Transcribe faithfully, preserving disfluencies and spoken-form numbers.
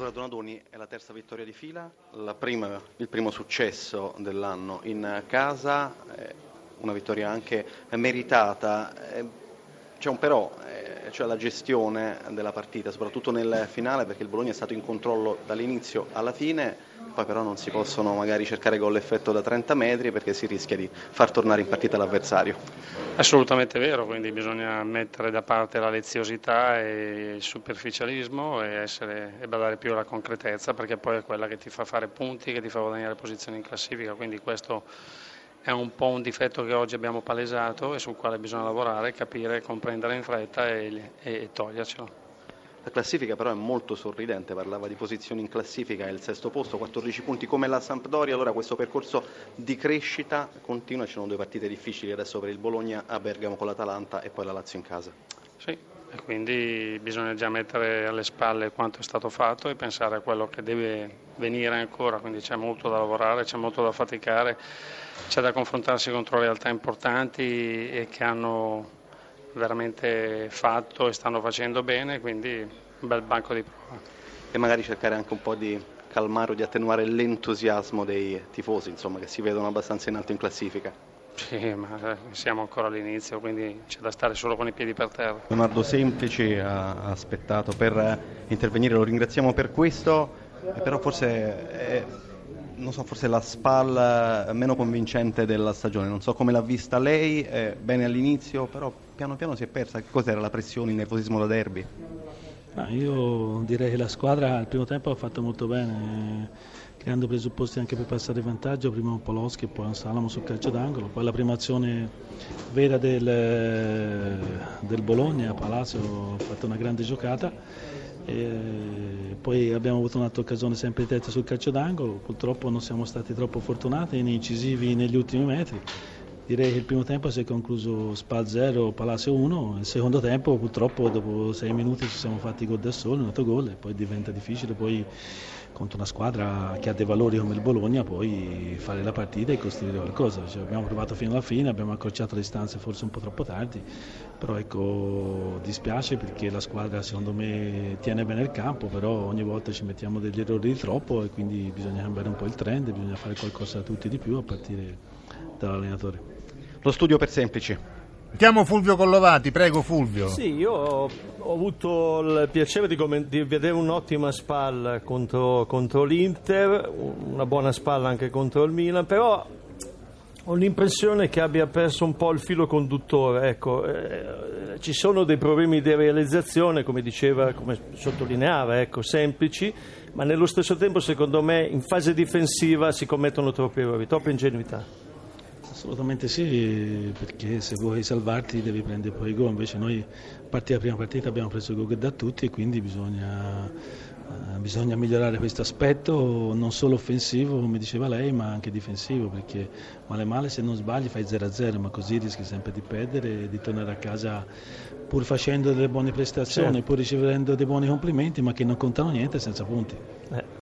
Allora Donadoni, è la terza vittoria di fila, la prima, il primo successo dell'anno in casa, eh, una vittoria anche meritata. Eh, c'è un però, eh, cioè la gestione della partita, soprattutto nel finale, perché il Bologna è stato in controllo dall'inizio alla fine, poi però non si possono magari cercare gol effetto da trenta metri perché si rischia di far tornare in partita l'avversario. Assolutamente vero, quindi bisogna mettere da parte la leziosità e il superficialismo e, essere, e badare più alla concretezza, perché poi è quella che ti fa fare punti, che ti fa guadagnare posizioni in classifica, quindi questo è un po' un difetto che oggi abbiamo palesato e sul quale bisogna lavorare, capire, comprendere in fretta e, e, e togliercelo. La classifica però è molto sorridente, parlava di posizioni in classifica, è il sesto posto, quattordici punti come la Sampdoria. Allora questo percorso di crescita continua, ci sono due partite difficili adesso per il Bologna a Bergamo con l'Atalanta e poi la Lazio in casa. Sì, e quindi bisogna già mettere alle spalle quanto è stato fatto e pensare a quello che deve venire ancora, quindi c'è molto da lavorare, c'è molto da faticare, c'è da confrontarsi contro realtà importanti e che hanno veramente fatto e stanno facendo bene, quindi un bel banco di prova. E magari cercare anche un po' di calmare o di attenuare l'entusiasmo dei tifosi, insomma, che si vedono abbastanza in alto in classifica. Sì, ma siamo ancora all'inizio, quindi c'è da stare solo con i piedi per terra. Leonardo Semplici ha aspettato per intervenire, lo ringraziamo per questo, però forse è, non so, forse la spalla meno convincente della stagione, non so come l'ha vista lei, è bene all'inizio, però piano piano si è persa. Che cos'era la pressione, il nervosismo da derby? No, io direi che la squadra al primo tempo ha fatto molto bene, creando presupposti anche per passare in vantaggio, prima Poloschi e poi un Salamo sul calcio d'angolo, poi la prima azione vera del, del Bologna, Palacio ha fatto una grande giocata, e poi abbiamo avuto un'altra occasione sempre di testa sul calcio d'angolo, purtroppo non siamo stati troppo fortunati né incisivi negli ultimi metri. Direi che il primo tempo si è concluso Spal zero, Palacio uno, il secondo tempo purtroppo dopo sei minuti ci siamo fatti gol da soli, un altro gol e poi diventa difficile poi contro una squadra che ha dei valori come il Bologna poi fare la partita e costruire qualcosa. Cioè, abbiamo provato fino alla fine, abbiamo accorciato le distanze forse un po' troppo tardi, però ecco, dispiace perché la squadra secondo me tiene bene il campo, però ogni volta ci mettiamo degli errori di troppo e quindi bisogna cambiare un po' il trend, bisogna fare qualcosa da tutti di più a partire dall'allenatore. Lo studio per Semplici. Chiamo Fulvio Collovati, prego Fulvio. Sì, io ho, ho avuto il piacere di, comment- di vedere un'ottima spalla contro, contro l'Inter, una buona spalla anche contro il Milan, però ho l'impressione che abbia perso un po' il filo conduttore. Ecco, eh, ci sono dei problemi di realizzazione, come diceva, come sottolineava, ecco, Semplici, ma nello stesso tempo secondo me in fase difensiva si commettono troppi errori, troppa ingenuità. Assolutamente sì, perché se vuoi salvarti devi prendere poi i gol, invece noi a partire dalla prima partita abbiamo preso i gol da tutti e quindi bisogna, eh, bisogna migliorare questo aspetto, non solo offensivo come diceva lei ma anche difensivo, perché male male se non sbagli fai zero a zero, ma così rischi sempre di perdere e di tornare a casa pur facendo delle buone prestazioni, sì, pur ricevendo dei buoni complimenti ma che non contano niente senza punti. Eh.